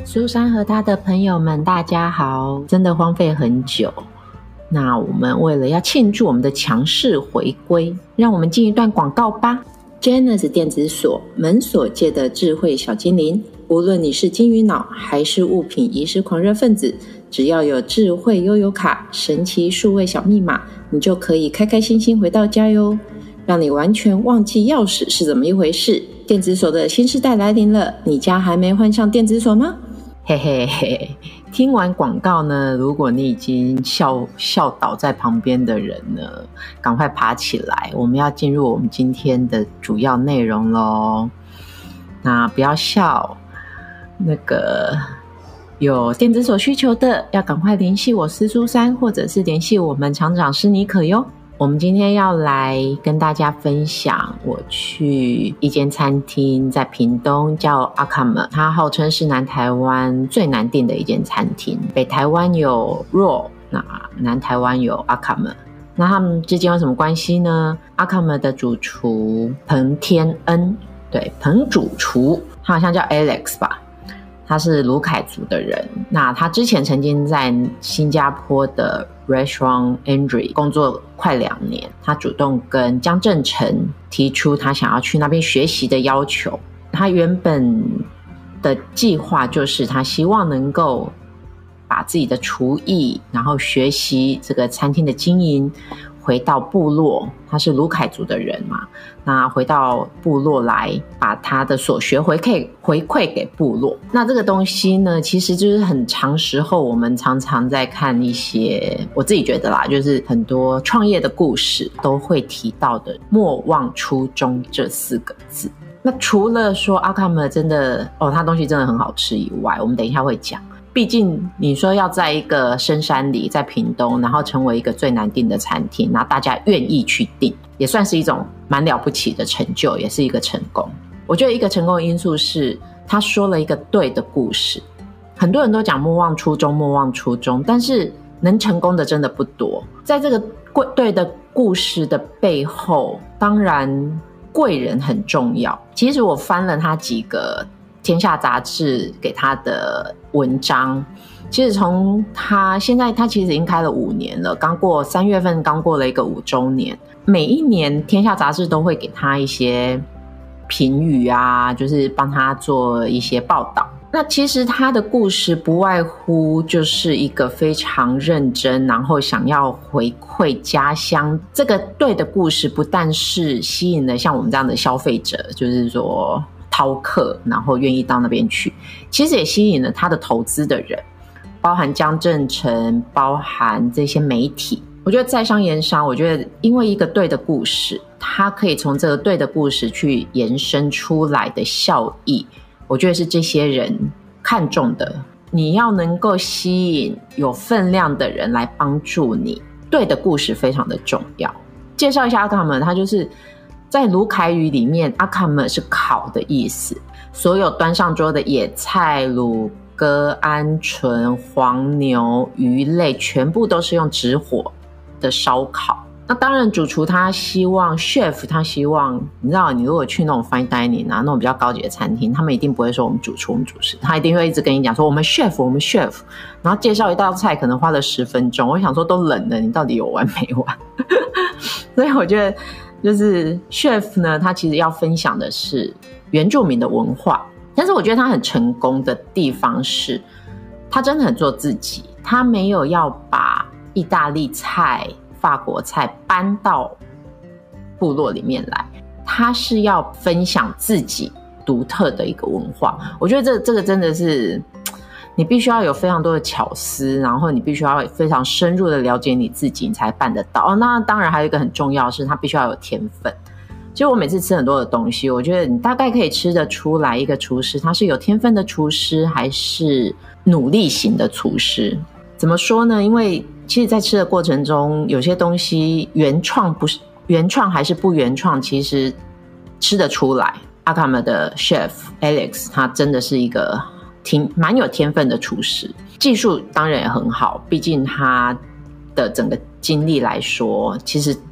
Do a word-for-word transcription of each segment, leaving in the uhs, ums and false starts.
苏珊和他的朋友们大家好，真的荒废很久，那我们为了要庆祝我们的强势回归，让我们进一段广告吧。 Janus 电子锁，门锁界的智慧小精灵，无论你是金鱼脑还是物品遗失狂热分子，只要有智慧悠游卡、神奇数位小密码，你就可以开开心心回到家哟，让你完全忘记钥匙是怎么一回事。电子锁的新时代来临了，你家还没换上电子锁吗？嘿嘿嘿，听完广告呢，如果你已经笑笑倒在旁边的人呢，赶快爬起来，我们要进入我们今天的主要内容咯。那不要笑，那个有电子锁需求的要赶快联系我施苏珊，或者是联系我们厂长施妮可哟。我们今天要来跟大家分享我去一间餐厅，在屏东叫阿卡姆，它号称是南台湾最难订的一间餐厅。北台湾有 Raw， 那南台湾有阿卡姆，那他们之间有什么关系呢？阿卡姆的主厨彭天恩，对，彭主厨他好像叫 Alex 吧，他是卢凯族的人。那他之前曾经在新加坡的 Restaurant Andre 工作快两年，他主动跟江正成提出他想要去那边学习的要求。他原本的计划就是他希望能够把自己的厨艺，然后学习这个餐厅的经营，回到部落，他是卢凯族的人嘛，那回到部落来把他的所学回馈回馈给部落。那这个东西呢，其实就是很长时候我们常常在看一些，我自己觉得啦，就是很多创业的故事都会提到的莫忘初衷这四个字。那除了说阿卡姆真的哦，他东西真的很好吃以外，我们等一下会讲，毕竟你说要在一个深山里，在屏东，然后成为一个最难订的餐厅，然后大家愿意去订，也算是一种蛮了不起的成就，也是一个成功。我觉得一个成功的因素是他说了一个对的故事。很多人都讲莫忘初衷莫忘初衷，但是能成功的真的不多。在这个对的故事的背后，当然贵人很重要。其实我翻了他几个天下杂志给他的文章，其实从他现在他其实已经开了五年了，刚过三月份刚过了一个五周年。每一年天下杂志都会给他一些评语啊，就是帮他做一些报道。那其实他的故事不外乎就是一个非常认真，然后想要回馈家乡。这个对的故事不但是吸引了像我们这样的消费者，就是说饕客，然后愿意到那边去，其实也吸引了他的投资的人，包含江正成，包含这些媒体。我觉得在商言商，我觉得因为一个对的故事，它可以从这个对的故事去延伸出来的效益，我觉得是这些人看重的。你要能够吸引有分量的人来帮助你，对的故事非常的重要。介绍一下阿卡姆，他就是在卢凯语里面，阿卡姆是烤的意思，所有端上桌的野菜、乳鸽、鹌鹑、黄牛、鱼类全部都是用直火的烧烤。那当然主厨他希望 chef 他希望，你知道你如果去那种 fine dining 啊，那种比较高级的餐厅，他们一定不会说我们主厨我们主食，他一定会一直跟你讲说我们 chef 我们 chef， 然后介绍一道菜可能花了十分钟，我想说都冷了，你到底有完没完？所以我觉得就是 chef 呢，他其实要分享的是原住民的文化，但是我觉得他很成功的地方是他真的很做自己，他没有要把意大利菜法国菜搬到部落里面来，他是要分享自己独特的一个文化。我觉得这这个真的是你必须要有非常多的巧思，然后你必须要非常深入的了解你自己，你才办得到。哦，那当然还有一个很重要的是他必须要有天分。其实我每次吃很多的东西，我觉得你大概可以吃得出来一个厨师他是有天分的厨师还是努力型的厨师。怎么说呢？因为其实在吃的过程中，有些东西原创不是原创还是不原创，其实吃得出来。阿卡姆的 chef Alex 他真的是一个挺蛮有天分的厨师，技术当然也很好，毕竟他的整个经历来说，其实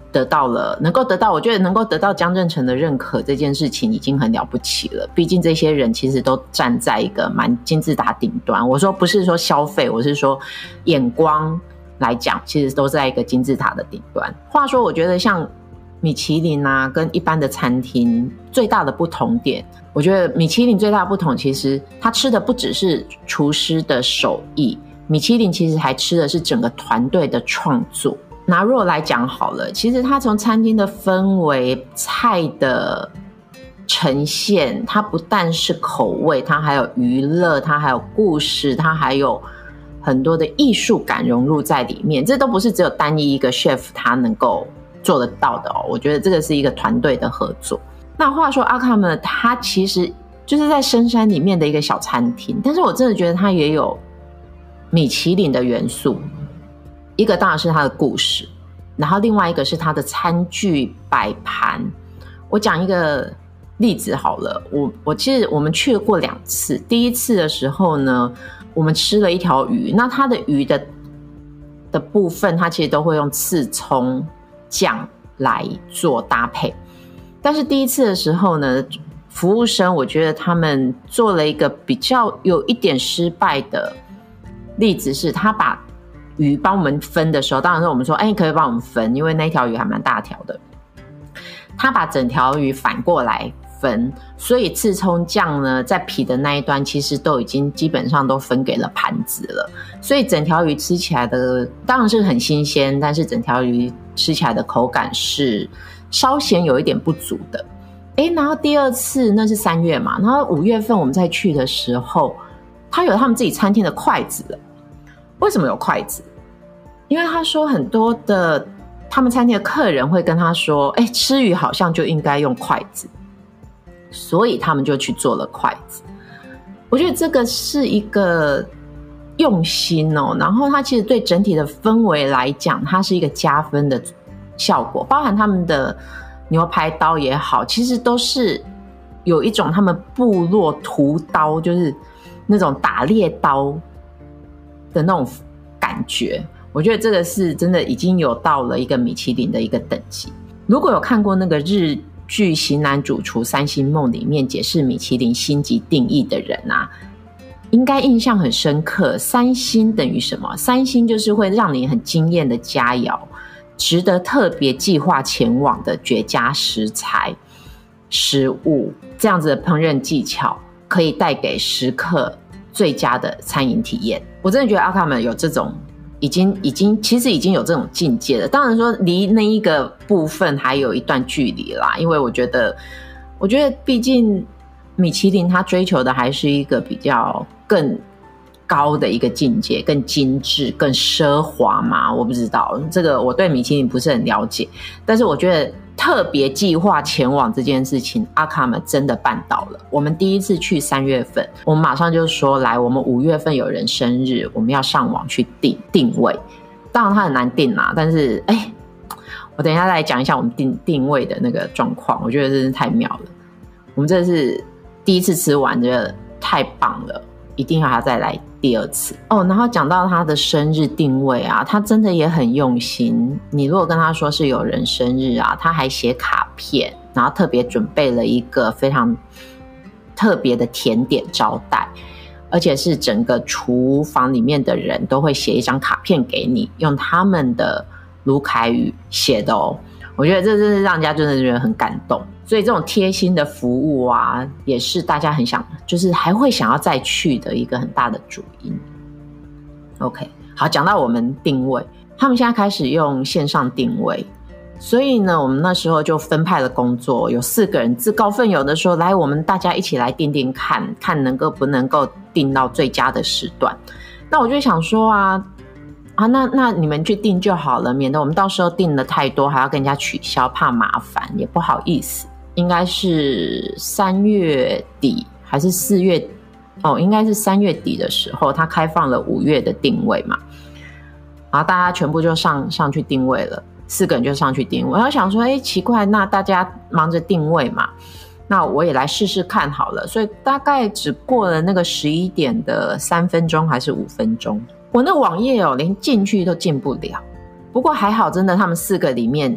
得到了能够得到我觉得能够得到江振诚的认可这件事情已经很了不起了，毕竟这些人其实都站在一个蛮金字塔顶端，我说不是说消费，我是说眼光来讲其实都在一个金字塔的顶端。话说我觉得像米其林啊跟一般的餐厅最大的不同点，我觉得米其林最大的不同其实它吃的不只是厨师的手艺，米其林其实还吃的是整个团队的创作。拿肉来讲好了，其实它从餐厅的氛围、菜的呈现，它不但是口味，它还有娱乐，它还有故事，它还有很多的艺术感融入在里面，这都不是只有单一一个 chef 他能够做得到的哦。我觉得这个是一个团队的合作。那话说阿卡姆它其实就是在深山里面的一个小餐厅，但是我真的觉得它也有米其林的元素。一个当然是它的故事，然后另外一个是它的餐具摆盘。我讲一个例子好了，我我其实我们去了过两次。第一次的时候呢，我们吃了一条鱼，那它的鱼的的部分，它其实都会用刺葱酱来做搭配。但是第一次的时候呢，服务生我觉得他们做了一个比较有一点失败的例子，是他把鱼帮我们分的时候，当然是我们说哎，你可以帮我们分，因为那条鱼还蛮大条的，他把整条鱼反过来分，所以刺葱酱呢在皮的那一端其实都已经基本上都分给了盘子了，所以整条鱼吃起来的当然是很新鲜，但是整条鱼吃起来的口感是稍显有一点不足的。诶，然后第二次那是三月嘛，然后五月份我们再去的时候，他有他们自己餐厅的筷子了。为什么有筷子？因为他说很多的他们餐厅的客人会跟他说，哎，吃鱼好像就应该用筷子，所以他们就去做了筷子。我觉得这个是一个用心哦，然后它其实对整体的氛围来讲，它是一个加分的效果，包含他们的牛排刀也好，其实都是有一种他们部落屠刀，就是那种打猎刀的那种感觉。我觉得这个是真的已经有到了一个米其林的一个等级。如果有看过那个日剧《型男主厨三星梦》里面解释米其林星级定义的人啊，应该印象很深刻。三星等于什么？三星就是会让你很惊艳的佳肴，值得特别计划前往的绝佳食材食物，这样子的烹饪技巧可以带给食客最佳的餐饮体验。我真的觉得阿卡们有这种已经已经其实已经有这种境界了，当然说离那一个部分还有一段距离啦，因为我觉得我觉得毕竟米其林它追求的还是一个比较更高的一个境界，更精致更奢华嘛，我不知道这个我对米其林不是很了解，但是我觉得特别计划前往这件事情阿卡们真的办到了。我们第一次去三月份，我们马上就说来我们五月份有人生日，我们要上网去订定位，当然它很难订啦，但是哎，我等一下再来讲一下我们定定位的那个状况，我觉得真是太妙了。我们真的是第一次吃完觉得太棒了，一定要再来第二次哦。然后讲到他的生日定位啊，他真的也很用心。你如果跟他说是有人生日啊，他还写卡片，然后特别准备了一个非常特别的甜点招待，而且是整个厨房里面的人都会写一张卡片给你，用他们的卢凯语写的哦。我觉得这真是让人家真的觉得很感动，所以这种贴心的服务啊，也是大家很想，就是还会想要再去的一个很大的主因。OK， 好，讲到我们定位，他们现在开始用线上定位，所以呢，我们那时候就分派了工作，有四个人自告奋勇的说，来，我们大家一起来定定看，看能够不能够定到最佳的时段。那我就想说啊。啊，那那你们去订就好了，免得我们到时候订的太多还要跟人家取消，怕麻烦也不好意思。应该是三月底还是四月哦，应该是三月底的时候他开放了五月的定位嘛，然后大家全部就上上去定位了，四个人就上去定位。我要想说哎，奇怪，那大家忙着定位嘛，那我也来试试看好了，所以大概只过了那个十一点的三分钟还是五分钟，我那网页哦，连进去都进不了。不过还好，真的他们四个里面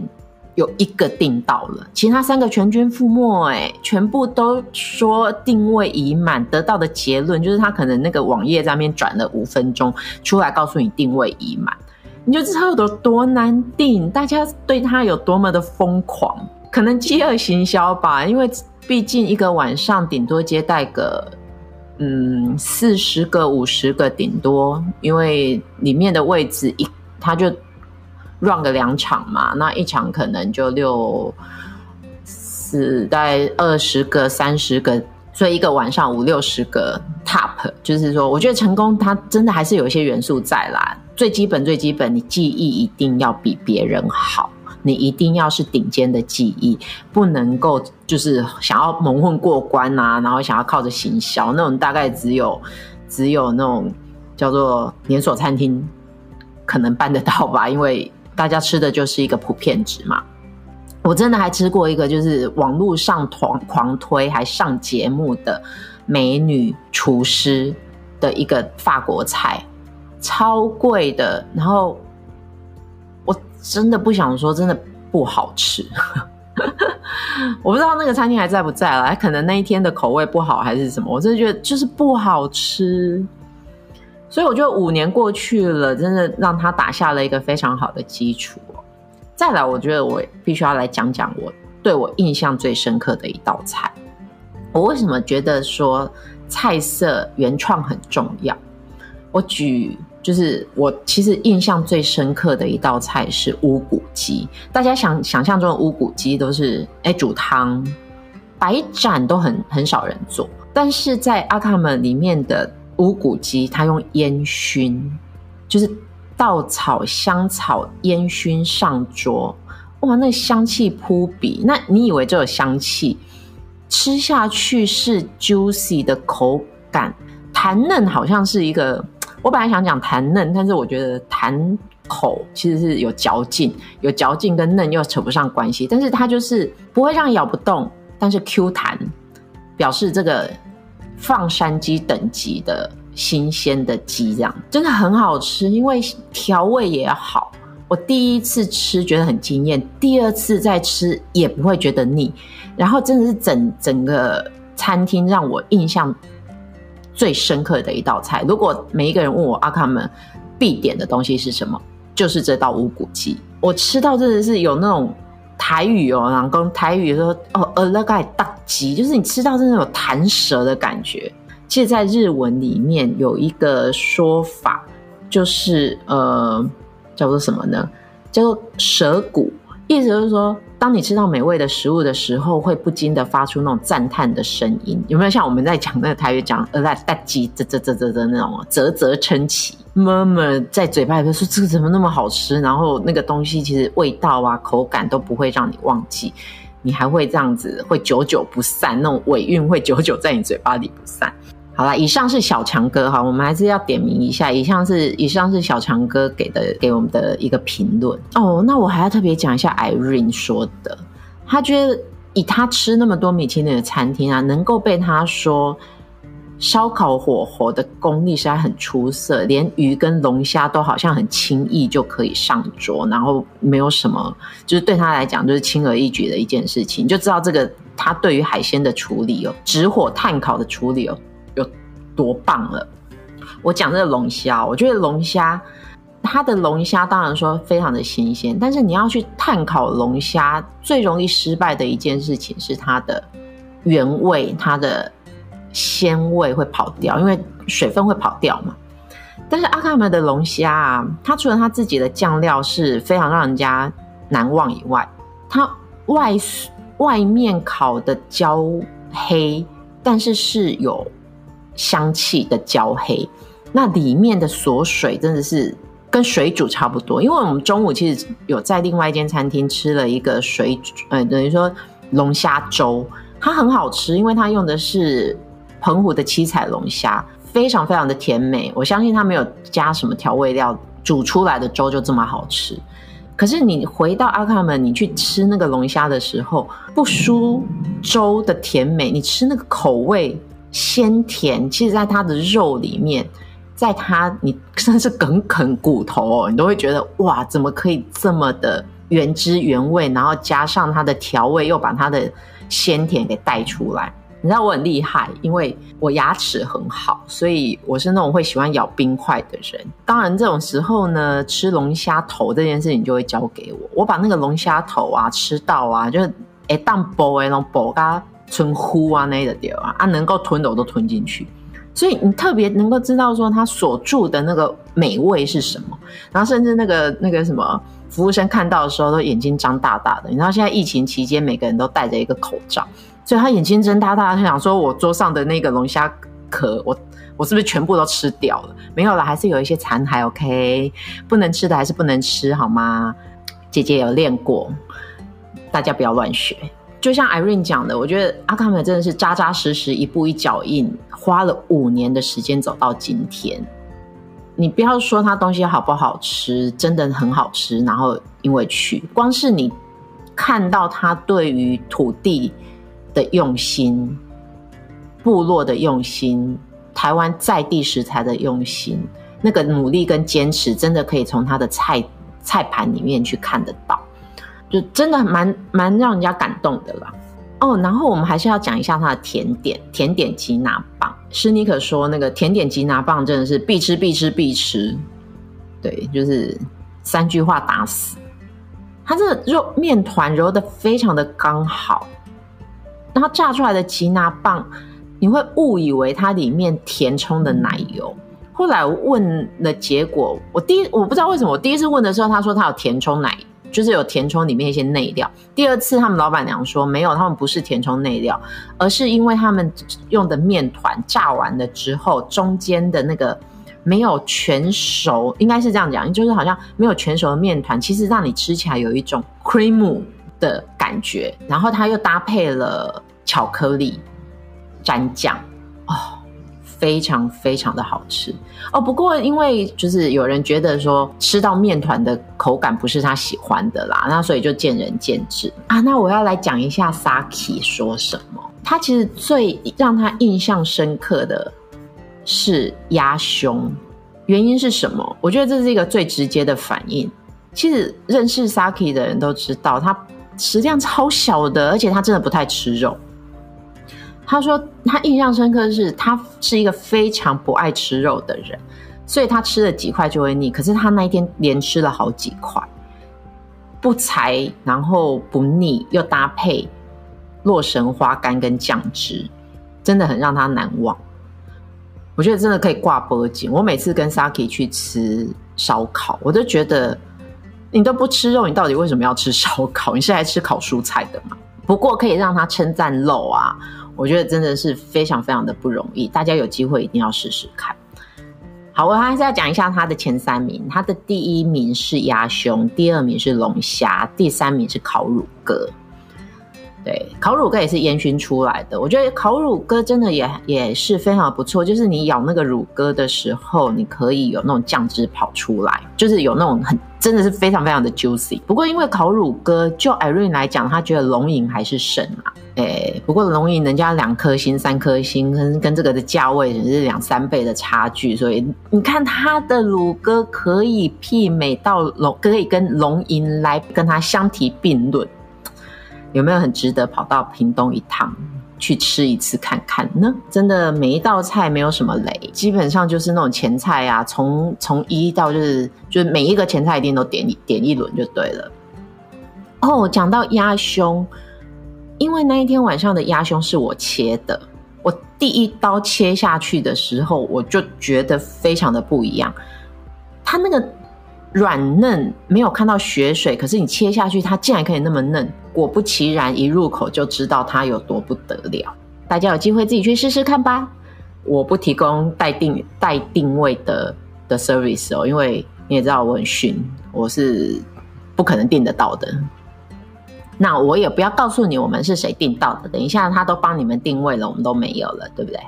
有一个订到了，其他三个全军覆没，哎，全部都说定位已满，得到的结论就是他可能那个网页在那边转了五分钟，出来告诉你定位已满，你就知道有多难订，大家对他有多么的疯狂，可能饥饿行销吧，因为毕竟一个晚上顶多接待个嗯四十个五十个顶多，因为里面的位置一他就run 个两场嘛，那一场可能就六四大概二十个三十个，所以一个晚上五六十个 top， 就是说我觉得成功它真的还是有一些元素在啦，最基本最基本你技艺一定要比别人好，你一定要是顶尖的技艺，不能够就是想要蒙混过关啊，然后想要靠着行销那种，大概只有只有那种叫做连锁餐厅可能办得到吧，因为大家吃的就是一个普遍值嘛。我真的还吃过一个就是网络上狂狂推还上节目的美女厨师的一个法国菜，超贵的，然后我真的不想说真的不好吃我不知道那个餐厅还在不在啦，可能那一天的口味不好还是什么，我真的觉得就是不好吃。所以我觉得五年过去了，真的让他打下了一个非常好的基础。再来我觉得我必须要来讲讲我对我印象最深刻的一道菜。我为什么觉得说菜色原创很重要，我举就是我其实印象最深刻的一道菜是乌骨鸡。大家想想象中的乌骨鸡都是哎煮汤白斩，都很很少人做，但是在阿卡门里面的乌骨鸡它用烟熏，就是稻草香草烟熏上桌，哇，那香气扑鼻。那你以为这有香气，吃下去是 juicy 的口感，弹嫩，好像是一个，我本来想讲弹嫩，但是我觉得弹口其实是有嚼劲，有嚼劲跟嫩又扯不上关系，但是它就是不会让你咬不动，但是 Q 弹，表示这个放山鸡等级的新鲜的鸡，这样真的很好吃，因为调味也好。我第一次吃觉得很惊艳，第二次再吃也不会觉得腻，然后真的是整整个餐厅让我印象最深刻的一道菜。如果每一个人问我阿卡们必点的东西是什么，就是这道乌骨鸡。我吃到真的是有那种台语哦，然后台语说哦，呃那个大鸡，就是你吃到真的有弹舌的感觉。其实在日文里面有一个说法，就是呃叫做什么呢？叫做舌骨，意思就是说当你吃到美味的食物的时候，会不禁的发出那种赞叹的声音。有没有像我们在讲那个台语讲呃大鸡啧啧啧啧的那种啧啧称奇，么么在嘴巴里面说这个怎么那么好吃，然后那个东西其实味道啊口感都不会让你忘记，你还会这样子会久久不散，那种尾韵会久久在你嘴巴里不散。好啦，以上是小强哥哈，我们还是要点名一下，以上是以上是小强哥给的给我们的一个评论哦。那我还要特别讲一下 Irene 说的，他觉得以他吃那么多米其林的餐厅啊，能够被他说烧烤火候的功力实在很出色，连鱼跟龙虾都好像很轻易就可以上桌，然后没有什么，就是对他来讲就是轻而易举的一件事情，就知道这个他对于海鲜的处理哦，直火炭烤的处理哦有多棒了。我讲这个龙虾，我觉得龙虾它的龙虾当然说非常的新鲜，但是你要去炭烤龙虾，最容易失败的一件事情是它的原味，它的鲜味会跑掉，因为水分会跑掉嘛。但是阿卡门的龙虾啊，它除了它自己的酱料是非常让人家难忘以外，它外外面烤的焦黑，但是是有香气的焦黑，那里面的锁水真的是跟水煮差不多。因为我们中午其实有在另外一间餐厅吃了一个水煮，呃，等于说龙虾粥，它很好吃，因为它用的是澎湖的七彩龙虾，非常非常的甜美，我相信它没有加什么调味料，煮出来的粥就这么好吃。可是你回到阿卡门，你去吃那个龙虾的时候，不输粥的甜美，你吃那个口味鲜甜，其实在它的肉里面，在它你甚至是梗啃骨头哦，你都会觉得哇，怎么可以这么的原汁原味，然后加上它的调味又把它的鲜甜给带出来。你知道我很厉害，因为我牙齿很好，所以我是那种会喜欢咬冰块的人。当然这种时候呢，吃龙虾头这件事情就会交给我，我把那个龙虾头啊吃到啊，就是会当剥的那种剥跟吞呼啊那的对啊，啊能够吞的我都吞进去。所以你特别能够知道说它所注的那个美味是什么，然后甚至那个那个什么服务生看到的时候都眼睛张大大的。你知道现在疫情期间每个人都戴着一个口罩，所以他眼睛睁大大，他想说我桌上的那个龙虾壳我我是不是全部都吃掉了？没有啦，还是有一些残骸 OK， 不能吃的还是不能吃好吗？姐姐有练过，大家不要乱学。就像 Irene 讲的，我觉得阿卡美真的是扎扎实实一步一脚印，花了五年的时间走到今天。你不要说它东西好不好吃，真的很好吃，然后因为去光是你看到它对于土地的用心，部落的用心，台湾在地食材的用心，那个努力跟坚持真的可以从它的菜菜盘里面去看得到，就真的蛮蛮让人家感动的啦。哦，然后我们还是要讲一下它的甜点，甜点吉拿棒。施尼可说那个甜点吉拿棒真的是必吃必吃必吃，对，就是三句话打死。它这个肉面团揉得非常的刚好，然后炸出来的吉拿棒你会误以为它里面填充的奶油。后来我问了结果，我第一我不知道为什么我第一次问的时候他说他有填充奶油，就是有填充里面一些内料。第二次他们老板娘说没有，他们不是填充内料，而是因为他们用的面团炸完了之后中间的那个没有全熟，应该是这样讲，就是好像没有全熟的面团其实让你吃起来有一种 cream 的感觉，然后它又搭配了巧克力蘸酱，哦，非常非常的好吃哦。不过因为就是有人觉得说吃到面团的口感不是他喜欢的啦，那所以就见仁见智啊。那我要来讲一下 Saki 说什么。他其实最让他印象深刻的是鸭胸，原因是什么？我觉得这是一个最直接的反应。其实认识 Saki 的人都知道他食量超小的，而且他真的不太吃肉。他说他印象深刻的是他是一个非常不爱吃肉的人，所以他吃了几块就会腻，可是他那一天连吃了好几块，不柴，然后不腻，又搭配洛神花干跟酱汁，真的很让他难忘。我觉得真的可以挂脖颈。我每次跟 Saki 去吃烧烤，我都觉得你都不吃肉，你到底为什么要吃烧烤？你是来吃烤蔬菜的吗？不过可以让他称赞肉啊，我觉得真的是非常非常的不容易，大家有机会一定要试试看。好，我还是要讲一下他的前三名。他的第一名是鸭胸，第二名是龙虾，第三名是烤乳鸽。对，烤乳鸽也是烟熏出来的，我觉得烤乳鸽真的也也是非常不错，就是你咬那个乳鸽的时候你可以有那种酱汁跑出来，就是有那种很真的是非常非常的 juicy。 不过因为烤乳鸽就 Irene 来讲，他觉得龙吟还是胜嘛，诶，不过龙吟人家两颗星三颗星跟跟这个的价位也是两三倍的差距，所以你看他的乳鸽可以媲美到龙，可以跟龙吟来跟他相提并论，有没有很值得跑到屏东一趟去吃一次看看呢？真的每一道菜没有什么雷，基本上就是那种前菜啊，从从一到就是就是每一个前菜一定都点点一轮就对了。哦，讲到鸭胸，因为那一天晚上的鸭胸是我切的，我第一刀切下去的时候我就觉得非常的不一样，它那个软嫩没有看到血水，可是你切下去它竟然可以那么嫩，果不其然一入口就知道它有多不得了。大家有机会自己去试试看吧，我不提供带定带定位的的 service 哦，因为你也知道我很逊，我是不可能订得到的。那我也不要告诉你我们是谁订到的，等一下他都帮你们定位了，我们都没有了，对不对？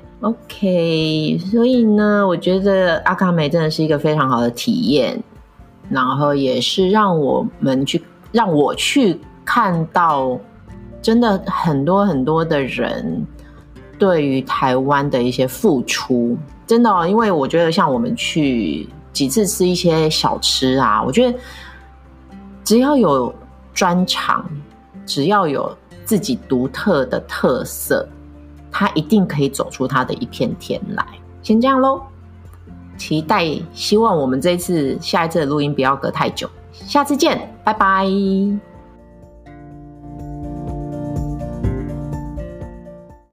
OK， 所以呢我觉得阿卡美真的是一个非常好的体验，然后也是让我们去让我去看到真的很多很多的人对于台湾的一些付出，真的哦，因为我觉得像我们去几次吃一些小吃啊，我觉得只要有专长，只要有自己独特的特色，他一定可以走出他的一片天来。先这样咯，期待希望我们这一次下一次的录音不要隔太久，下次见，拜拜。